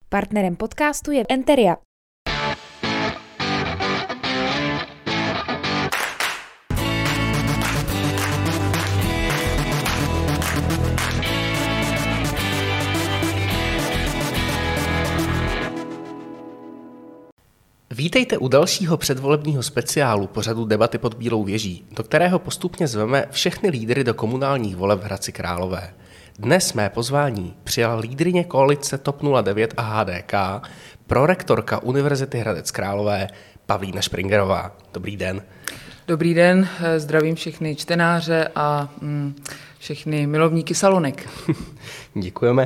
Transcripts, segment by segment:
Partnerem podcastu je Enteria. Vítejte u dalšího předvolebního speciálu pořadu Debaty pod Bílou věží, do kterého postupně zveme všechny lídry do komunálních voleb v Hradci Králové. Dnes mé pozvání přijala lídryně koalice TOP 09 a HDK, prorektorka Univerzity Hradec Králové Pavlína Špringerová. Dobrý den. Dobrý den, zdravím všechny čtenáře a všechny milovníky salonek. Děkujeme.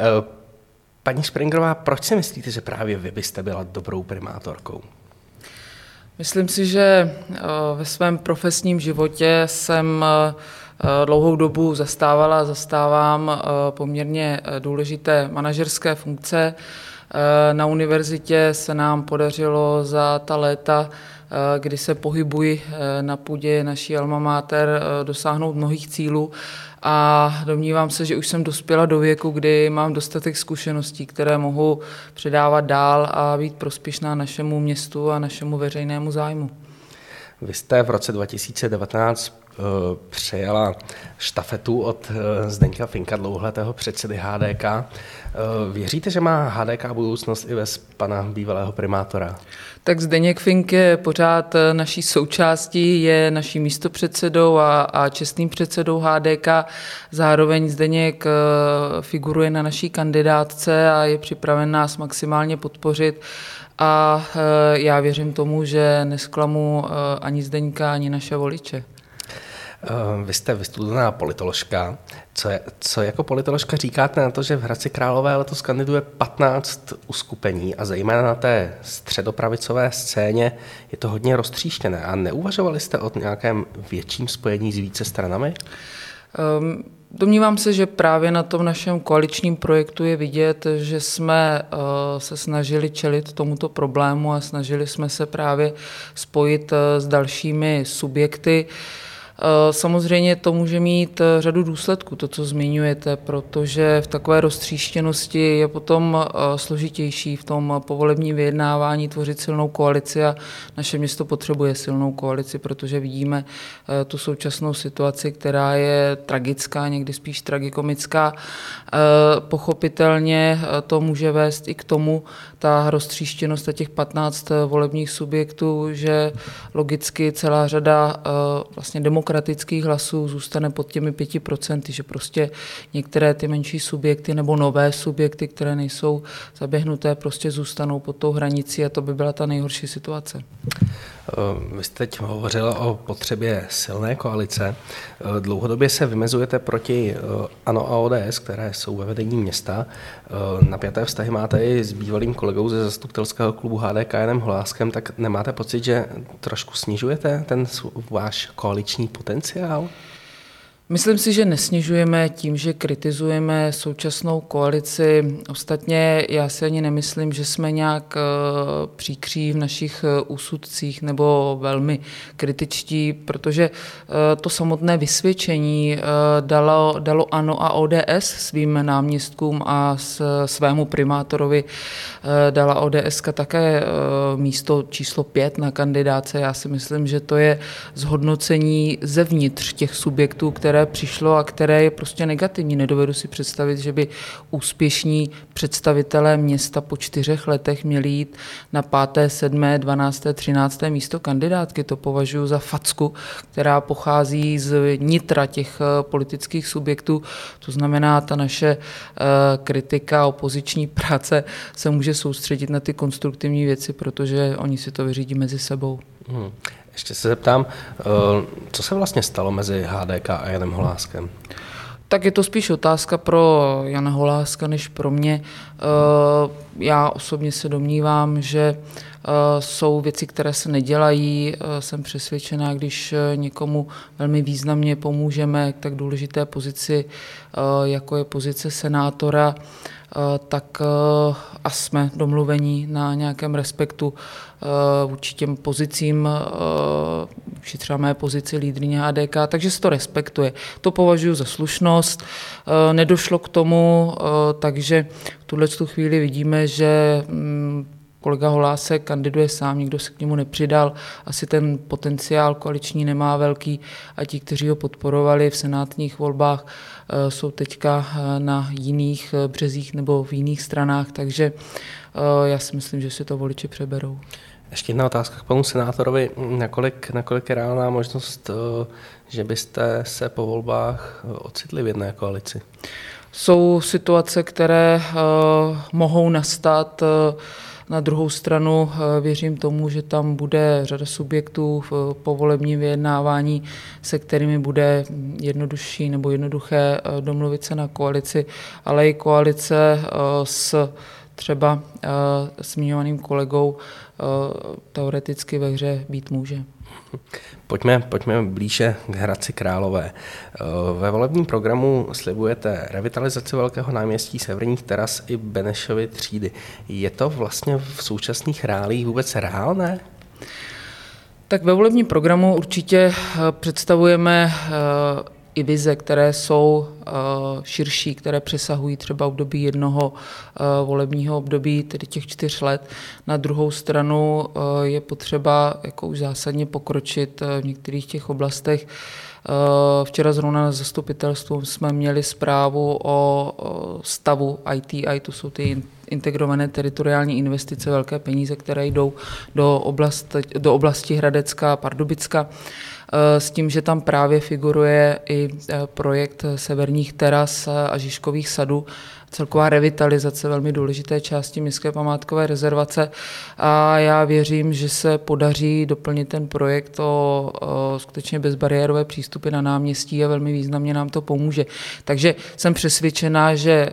Paní Špringerová, proč si myslíte, že právě vy byste byla dobrou primátorkou? Myslím si, že ve svém profesním životě jsem dlouhou dobu zastávala a zastávám poměrně důležité manažerské funkce. Na univerzitě se nám podařilo za ta léta, kdy se pohybuji na půdě naší alma mater, dosáhnout mnohých cílů a domnívám se, že už jsem dospěla do věku, kdy mám dostatek zkušeností, které mohu předávat dál a být prospěšná našemu městu a našemu veřejnému zájmu. Vy jste v roce 2019 přejala štafetu od Zdeňka Finka, dlouholetého předsedy HDK. Věříte, že má HDK budoucnost i bez pana bývalého primátora? Tak Zdeněk Fink je pořád naší součástí, je naším místopředsedou a čestným předsedou HDK. Zároveň Zdeněk figuruje na naší kandidátce a je připraven nás maximálně podpořit. A já věřím tomu, že nesklamu ani Zdeňka, ani naše voliče. Vy jste vystudovaná politoložka. Co jako politoložka říkáte na to, že v Hradci Králové letos kandiduje 15 uskupení a zejména na té středopravicové scéně je to hodně roztříštěné a neuvažovali jste o nějakém větším spojení s více stranami? Domnívám se, že právě na tom našem koaličním projektu je vidět, že jsme se snažili čelit tomuto problému a snažili jsme se právě spojit s dalšími subjekty. Samozřejmě to může mít řadu důsledků, to, co zmiňujete, protože v takové roztříštěnosti je potom složitější v tom povolebním vyjednávání tvořit silnou koalici a naše město potřebuje silnou koalici, protože vidíme tu současnou situaci, která je tragická, někdy spíš tragikomická. Pochopitelně to může vést i k tomu, ta roztříštěnost a těch 15 volebních subjektů, že logicky celá řada vlastně demokratických hlasů zůstane pod těmi 5%, že prostě některé ty menší subjekty nebo nové subjekty, které nejsou zaběhnuté, prostě zůstanou pod tou hranicí a to by byla ta nejhorší situace. Vy jste teď hovořila o potřebě silné koalice. Dlouhodobě se vymezujete proti ANO a ODS, které jsou ve vedení města. Napjaté vztahy máte i s bývalým kolegou ze zastupitelského klubu HDK Janem Holáskem, tak nemáte pocit, že trošku snižujete ten váš koaliční potenciál? Myslím si, že nesnižujeme tím, že kritizujeme současnou koalici. Ostatně já si ani nemyslím, že jsme nějak příkří v našich úsudcích nebo velmi kritičtí, protože to samotné vysvědčení dalo ANO a ODS svým náměstkům a svému primátorovi dala ODS také místo číslo 5 na kandidáce. Já si myslím, že to je zhodnocení zevnitř těch subjektů, které přišlo a které je prostě negativní. Nedovedu si představit, že by úspěšní představitelé města po 4 letech měli jít na 5., 7., 12., 13. místo kandidátky. To považuji za facku, která pochází z nitra těch politických subjektů. To znamená, ta naše kritika, opoziční práce se může soustředit na ty konstruktivní věci, protože oni si to vyřídí mezi sebou. Ještě se zeptám, co se vlastně stalo mezi HDK a Janem Holáskem? Tak je to spíš otázka pro Jana Holáska než pro mě. Já osobně se domnívám, že jsou věci, které se nedělají. Jsem přesvědčená, když někomu velmi významně pomůžeme k tak důležité pozici, jako je pozice senátora, tak a jsme domluveni na nějakém respektu vůči těm pozicím, vůči třeba mé pozici lídryně HDK, takže se to respektuje. To považuji za slušnost. Nedošlo k tomu, takže v tuhle chvíli vidíme, že kolega Holásek kandiduje sám, nikdo se k němu nepřidal, asi ten potenciál koaliční nemá velký a ti, kteří ho podporovali v senátních volbách, jsou teďka na jiných březích nebo v jiných stranách, takže já si myslím, že si to voliči přeberou. Ještě jedna otázka k panu senátorovi. Nakolik je reálná možnost, že byste se po volbách ocitli v jedné koalici? Jsou situace, které mohou nastat. Na druhou stranu věřím tomu, že tam bude řada subjektů v povolebním vyjednávání, se kterými bude jednodušší nebo jednoduché domluvit se na koalici, ale i koalice s třeba zmiňovaným kolegou teoreticky ve hře být může. Pojďme blíže k Hradci Králové. Ve volebním programu slibujete revitalizaci Velkého náměstí, Severních teras i Benešovy třídy. Je to vlastně v současných reálích vůbec reálné? Tak ve volebním programu určitě představujeme i vize, které jsou širší, které přesahují třeba období jednoho volebního období, tedy těch 4 let. Na druhou stranu je potřeba jako už zásadně pokročit v některých těch oblastech. Včera zrovna na zastupitelstvu jsme měli zprávu o stavu ITI, to jsou ty integrované teritoriální investice, velké peníze, které jdou do oblasti Hradecka a Pardubicka, s tím, že tam právě figuruje i projekt Severních teras a Žižkových sadů, celková revitalizace velmi důležité části městské památkové rezervace a já věřím, že se podaří doplnit ten projekt o skutečně bezbariérové přístupy na náměstí a velmi významně nám to pomůže. Takže jsem přesvědčená, že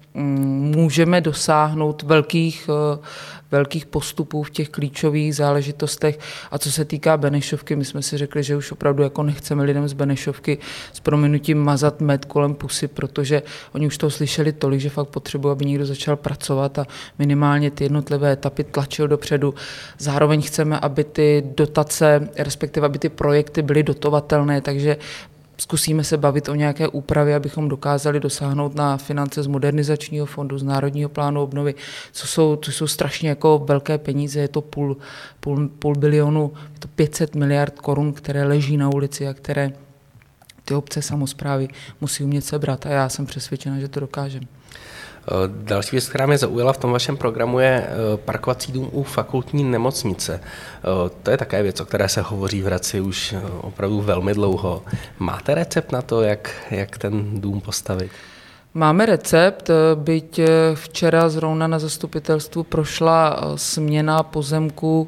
můžeme dosáhnout velkých postupů v těch klíčových záležitostech. A co se týká Benešovky, my jsme si řekli, že už opravdu jako nechceme lidem z Benešovky s prominutím mazat med kolem pusy, protože oni už toho slyšeli tolik, že fakt potřebují, aby někdo začal pracovat a minimálně ty jednotlivé etapy tlačil dopředu. Zároveň chceme, aby ty dotace, respektive aby ty projekty byly dotovatelné, takže zkusíme se bavit o nějaké úpravě, abychom dokázali dosáhnout na finance z modernizačního fondu, z Národního plánu obnovy, co jsou strašně jako velké peníze, je to půl bilionu, je to 500 miliard korun, které leží na ulici a které ty obce samosprávy musí umět sebrat a já jsem přesvědčena, že to dokážeme. Další věc, která mě zaujala v tom vašem programu, je parkovací dům u fakultní nemocnice. To je také věc, o které se hovoří v Hradci už opravdu velmi dlouho. Máte recept na to, jak ten dům postavit? Máme recept, byť včera zrovna na zastupitelstvu prošla směna pozemků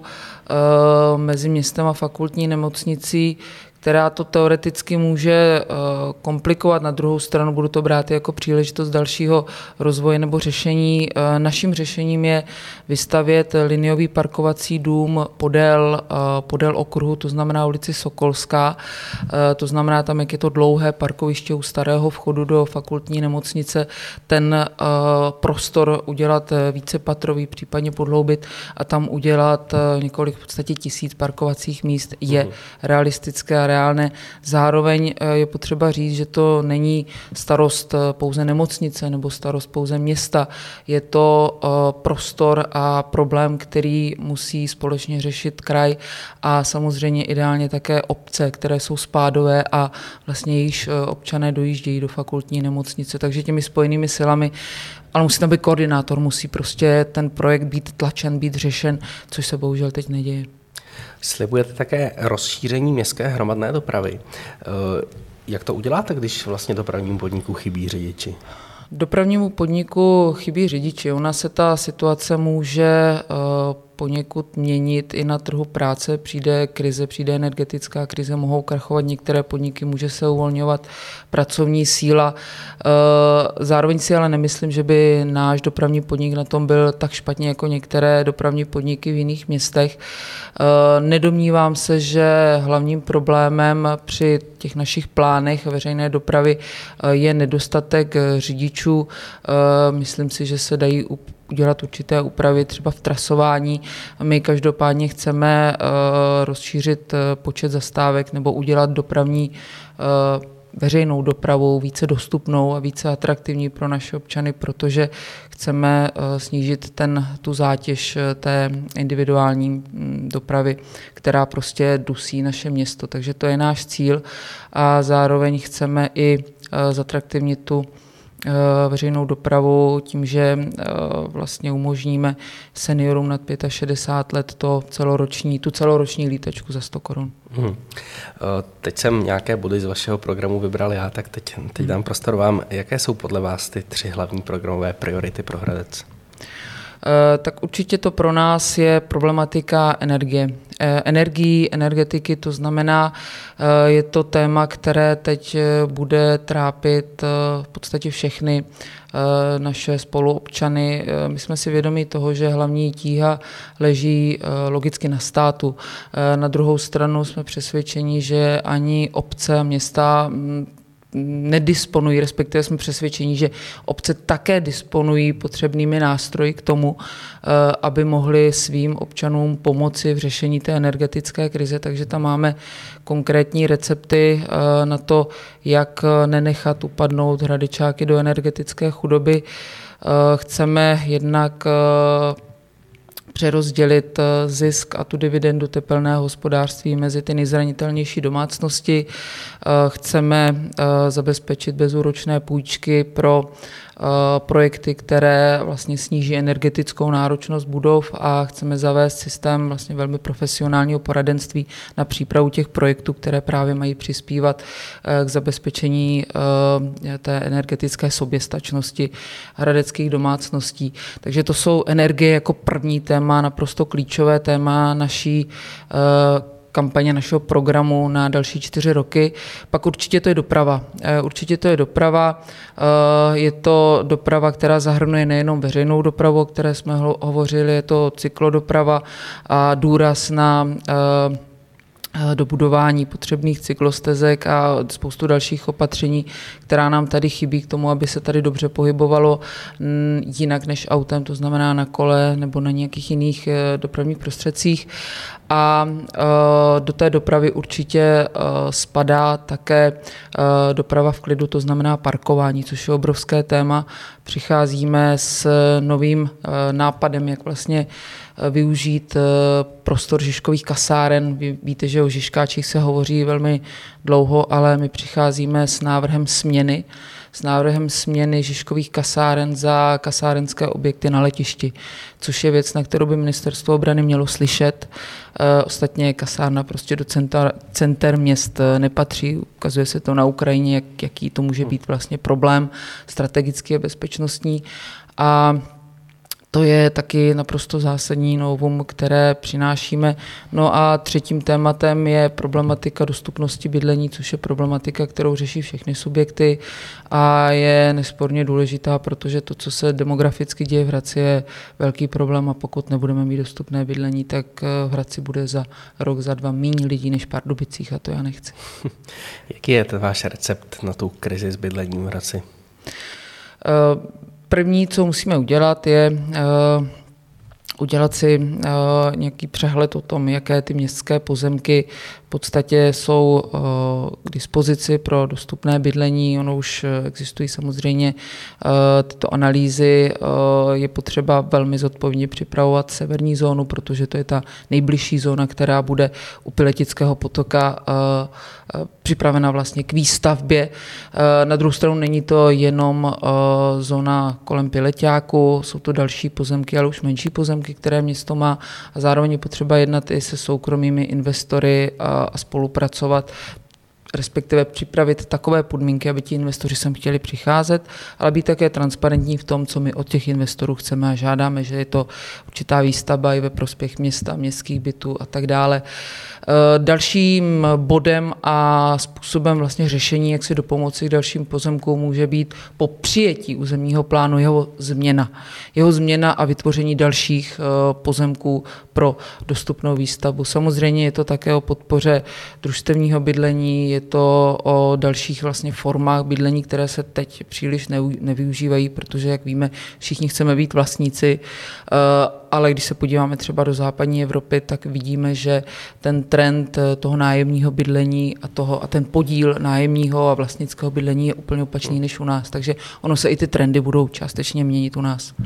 mezi městem a fakultní nemocnicí, která to teoreticky může komplikovat. Na druhou stranu budu to brát jako příležitost dalšího rozvoje nebo řešení. Naším řešením je vystavět liniový parkovací dům podél okruhu, to znamená ulici Sokolská. To znamená tam, jak je to dlouhé parkoviště u starého vchodu do fakultní nemocnice, ten prostor udělat vícepatrový, případně podhloubit a tam udělat několik v podstatě 1000 parkovacích míst je realistické a reálné. Zároveň je potřeba říct, že to není starost pouze nemocnice nebo starost pouze města. Je to prostor a problém, který musí společně řešit kraj a samozřejmě ideálně také obce, které jsou spádové a vlastně již občané dojíždějí do fakultní nemocnice. Takže těmi spojenými silami, ale musí tam být koordinátor, musí prostě ten projekt být tlačen, být řešen, což se bohužel teď neděje. Slibujete také rozšíření městské hromadné dopravy. Jak to uděláte, když vlastně dopravnímu podniku chybí řidiči? Dopravnímu podniku chybí řidiči. Ona se ta situace může poněkud měnit i na trhu práce. Přijde krize, přijde energetická krize, mohou krachovat některé podniky, může se uvolňovat pracovní síla. Zároveň si ale nemyslím, že by náš dopravní podnik na tom byl tak špatně jako některé dopravní podniky v jiných městech. Nedomnívám se, že hlavním problémem při těch našich plánech veřejné dopravy je nedostatek řidičů. Myslím si, že se dají udělat určité úpravy třeba v trasování. My každopádně chceme rozšířit počet zastávek nebo udělat dopravní veřejnou dopravu více dostupnou a více atraktivní pro naše občany, protože chceme snížit tu zátěž té individuální dopravy, která prostě dusí naše město. Takže to je náš cíl a zároveň chceme i zatraktivnit tu veřejnou dopravu tím, že vlastně umožníme seniorům nad 65 let tu celoroční lítačku za 100 korun. Teď jsem nějaké body z vašeho programu vybral já, tak teď dám prostor vám. Jaké jsou podle vás ty 3 hlavní programové priority pro Hradec? Tak určitě to pro nás je problematika energetiky, to znamená, je to téma, které teď bude trápit v podstatě všechny naše spoluobčany. My jsme si vědomi toho, že hlavní tíha leží logicky na státu. Na druhou stranu jsme přesvědčeni, že ani obce a města nedisponují, respektive jsme přesvědčeni, že obce také disponují potřebnými nástroji k tomu, aby mohly svým občanům pomoci v řešení té energetické krize, takže tam máme konkrétní recepty na to, jak nenechat upadnout Hradečáky do energetické chudoby. Chceme jednak přerozdělit zisk a tu dividendu tepelného hospodářství mezi ty nejzranitelnější domácnosti. Chceme zabezpečit bezúročné půjčky pro projekty, které vlastně sníží energetickou náročnost budov a chceme zavést systém vlastně velmi profesionálního poradenství na přípravu těch projektů, které právě mají přispívat k zabezpečení té energetické soběstačnosti hradeckých domácností. Takže to jsou energie jako první téma, naprosto klíčové téma naší kampaně našeho programu na další 4 roky. Pak určitě to je doprava. Je to doprava, která zahrnuje nejenom veřejnou dopravu, o které jsme hovořili, je to cyklodoprava a důraz na dobudování potřebných cyklostezek a spoustu dalších opatření, která nám tady chybí k tomu, aby se tady dobře pohybovalo jinak než autem, to znamená na kole nebo na nějakých jiných dopravních prostředcích. A do té dopravy určitě spadá také doprava v klidu, to znamená parkování, což je obrovské téma. Přicházíme s novým nápadem, jak vlastně využít prostor Žižkových kasáren. Vy víte, že o Žižkáčích se hovoří velmi dlouho, ale my přicházíme s návrhem směny Žižkových kasáren za kasárenské objekty na letišti, což je věc, na kterou by Ministerstvo obrany mělo slyšet. Ostatně kasárna prostě do center měst nepatří. Ukazuje se to na Ukrajině, jaký to může být vlastně problém strategický a bezpečnostní. A to je taky naprosto zásadní novum, které přinášíme. No a třetím tématem je problematika dostupnosti bydlení, což je problematika, kterou řeší všechny subjekty a je nesporně důležitá, protože to, co se demograficky děje v Hradci, je velký problém a pokud nebudeme mít dostupné bydlení, tak v Hradci bude za rok, za 2 méně lidí než v Pardubicích a to já nechci. Jaký je ten váš recept na tu krizi s bydlením v Hradci? První, co musíme udělat, je udělat si nějaký přehled o tom, jaké ty městské pozemky v podstatě jsou k dispozici pro dostupné bydlení. Ono už existují samozřejmě tyto analýzy. Je potřeba velmi zodpovědně připravovat severní zónu, protože to je ta nejbližší zóna, která bude u Piletického potoka připravena vlastně k výstavbě. Na druhou stranu není to jenom zóna kolem Pileťáku, jsou to další pozemky, ale už menší pozemky, které město má a zároveň je potřeba jednat i se soukromými investory a spolupracovat, respektive připravit takové podmínky, aby ti investoři sem chtěli přicházet, ale být také transparentní v tom, co my od těch investorů chceme a žádáme, že je to určitá výstavba i ve prospěch města, městských bytů a tak dále. Dalším bodem a způsobem vlastně řešení, jak si dopomoci k dalším pozemkům, může být po přijetí územního plánu jeho změna a vytvoření dalších pozemků pro dostupnou výstavbu. Samozřejmě je to také o podpoře družstevního bydlení, je to o dalších vlastně formách bydlení, které se teď příliš nevyužívají, protože, jak víme, všichni chceme být vlastníci, ale když se podíváme třeba do západní Evropy, tak vidíme, že ten trend toho nájemního bydlení a ten podíl nájemního a vlastnického bydlení je úplně opačný než u nás. Takže ono se i ty trendy budou částečně měnit u nás.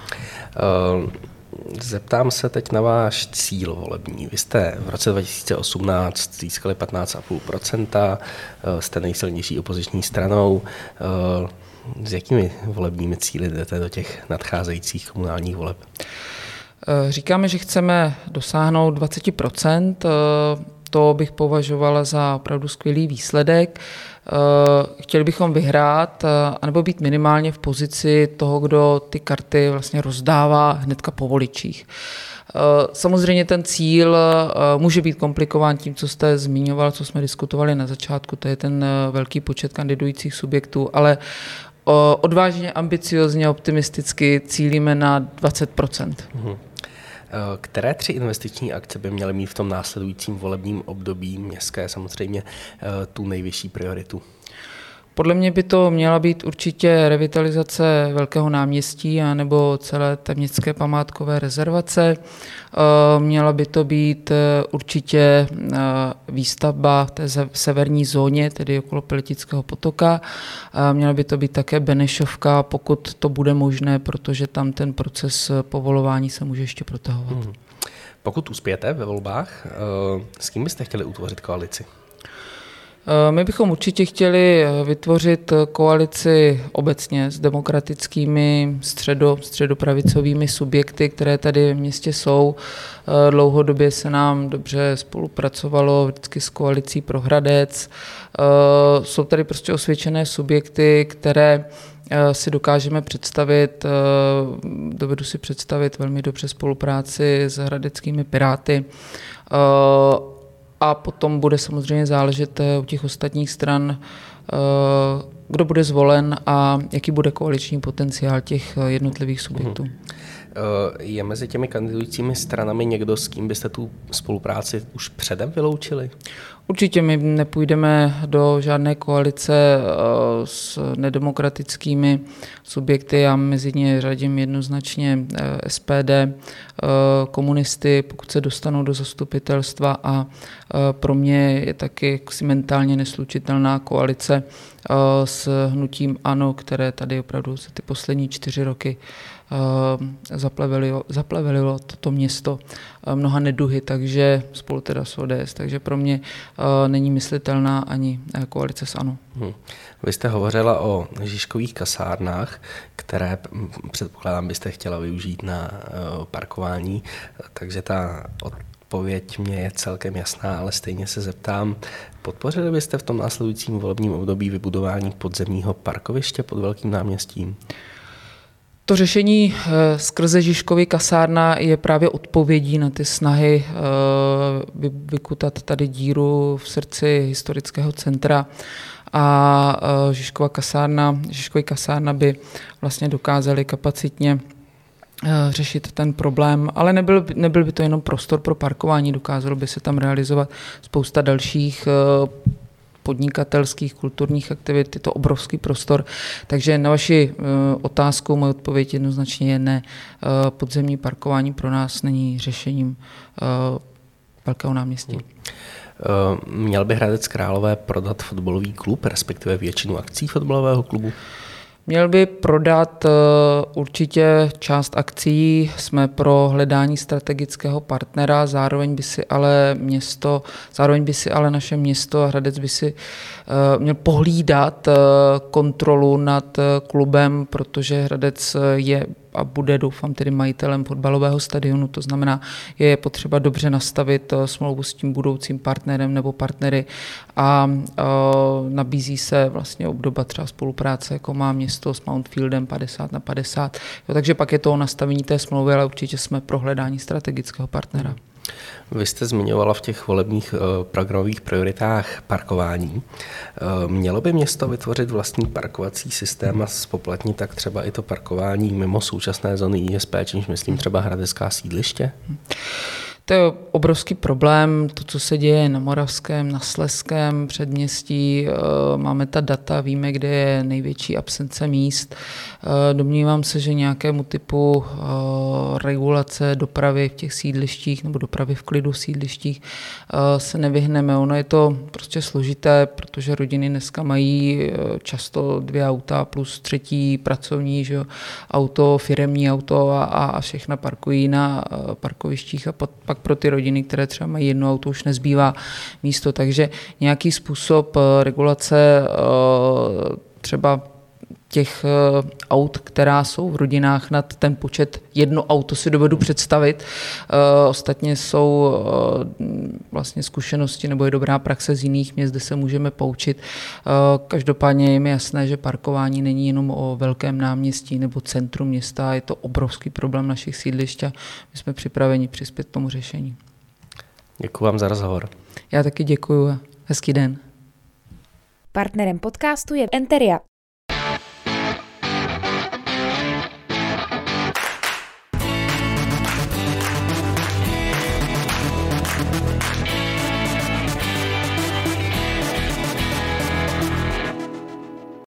Zeptám se teď na váš cíl volební. Vy jste v roce 2018 získali 15,5%, jste nejsilnější opoziční stranou. S jakými volebními cíli jdete do těch nadcházejících komunálních voleb? Říkáme, že chceme dosáhnout 20%. To bych považovala za opravdu skvělý výsledek. Chtěli bychom vyhrát, anebo být minimálně v pozici toho, kdo ty karty vlastně rozdává hnedka po voličích. Samozřejmě ten cíl může být komplikován tím, co jste zmiňoval, co jsme diskutovali na začátku, to je ten velký počet kandidujících subjektů, ale odvážně, ambiciozně, optimisticky cílíme na 20%. Které 3 investiční akce by měly mít v tom následujícím volebním období městské samozřejmě tu nejvyšší prioritu? Podle mě by to měla být určitě revitalizace Velkého náměstí anebo celé té městské památkové rezervace. Měla by to být určitě výstavba v té severní zóně, tedy okolo Piletického potoka. Měla by to být také Benešovka, pokud to bude možné, protože tam ten proces povolování se může ještě protahovat. Pokud uspějete ve volbách, s kým byste chtěli utvořit koalici? My bychom určitě chtěli vytvořit koalici obecně s demokratickými středopravicovými subjekty, které tady v městě jsou. Dlouhodobě se nám dobře spolupracovalo vždycky s koalicí pro Hradec. Jsou tady prostě osvědčené subjekty, které si dokážeme představit, dovedu si představit velmi dobře spolupráci s hradeckými Piráty. A potom bude samozřejmě záležet u těch ostatních stran, kdo bude zvolen a jaký bude koaliční potenciál těch jednotlivých subjektů. Je mezi těmi kandidujícími stranami někdo, s kým byste tu spolupráci už předem vyloučili? Určitě my nepůjdeme do žádné koalice s nedemokratickými subjekty. Já mezi ně řadím jednoznačně SPD, komunisty, pokud se dostanou do zastupitelstva, a pro mě je taky mentálně neslučitelná koalice s hnutím ANO, které tady opravdu se ty poslední 4 roky zaplevelilo toto město mnoha neduhy, takže spolu teda s ODS, takže pro mě není myslitelná ani koalice s ANO. Vy jste hovořila o Žižkových kasárnách, které předpokládám byste chtěla využít na parkování, takže ta odpověď mě je celkem jasná, ale stejně se zeptám, podpořili byste v tom následujícím volebním období vybudování podzemního parkoviště pod Velkým náměstím? To řešení skrze Žižkovy kasárna je právě odpovědí na ty snahy vykutat tady díru v srdci historického centra, a Žižkovy kasárna by vlastně dokázaly kapacitně řešit ten problém, ale nebyl by to jenom prostor pro parkování, dokázalo by se tam realizovat spousta dalších podnikatelských, kulturních aktivit, je to obrovský prostor. Takže na vaši otázku moje odpověď jednoznačně je ne. Podzemní parkování pro nás není řešením Velkého náměstí. Měl by Hradec Králové prodat fotbalový klub, respektive většinu akcí fotbalového klubu? Měl by prodat určitě část akcií, jsme pro hledání strategického partnera, zároveň by si ale naše město a Hradec by si měl pohlídat kontrolu nad klubem, protože Hradec je a bude, doufám, tedy majitelem fotbalového stadionu, to znamená, je potřeba dobře nastavit smlouvu s tím budoucím partnerem nebo partnery a nabízí se vlastně obdoba třeba spolupráce, jako má město s Mountfieldem 50/50. Takže pak je to o nastavení té smlouvy, ale určitě jsme pro hledání strategického partnera. Vy jste zmiňovala v těch volebních programových prioritách parkování. Mělo by město vytvořit vlastní parkovací systém a zpoplatnit tak třeba i to parkování mimo současné zóny ISP, čímž myslím třeba hradecká sídliště? To je obrovský problém, to, co se děje na Moravském, na Slezském předměstí. Máme ta data, víme, kde je největší absence míst. Domnívám se, že nějakému typu regulace dopravy v těch sídlištích nebo dopravy v klidu v sídlištích se nevyhneme. Ono je to prostě složité, protože rodiny dneska mají často 2 auta plus 3. pracovní, že jo, auto, firemní auto a všechna parkují na parkovištích a pak pro ty rodiny, které třeba mají 1 auto, už nezbývá místo, takže nějaký způsob regulace třeba těch aut, která jsou v rodinách nad ten počet 1 auto si dovedu představit. Ostatně jsou vlastně zkušenosti nebo je dobrá praxe z jiných měst, kde se můžeme poučit. Každopádně je mi jasné, že parkování není jenom o velkém náměstí nebo centru města, je to obrovský problém našich sídlišť a my jsme připraveni přispět k tomu řešení. Děkuji vám za rozhovor. Já taky děkuji a hezký den. Partnerem podcastu je Enteria.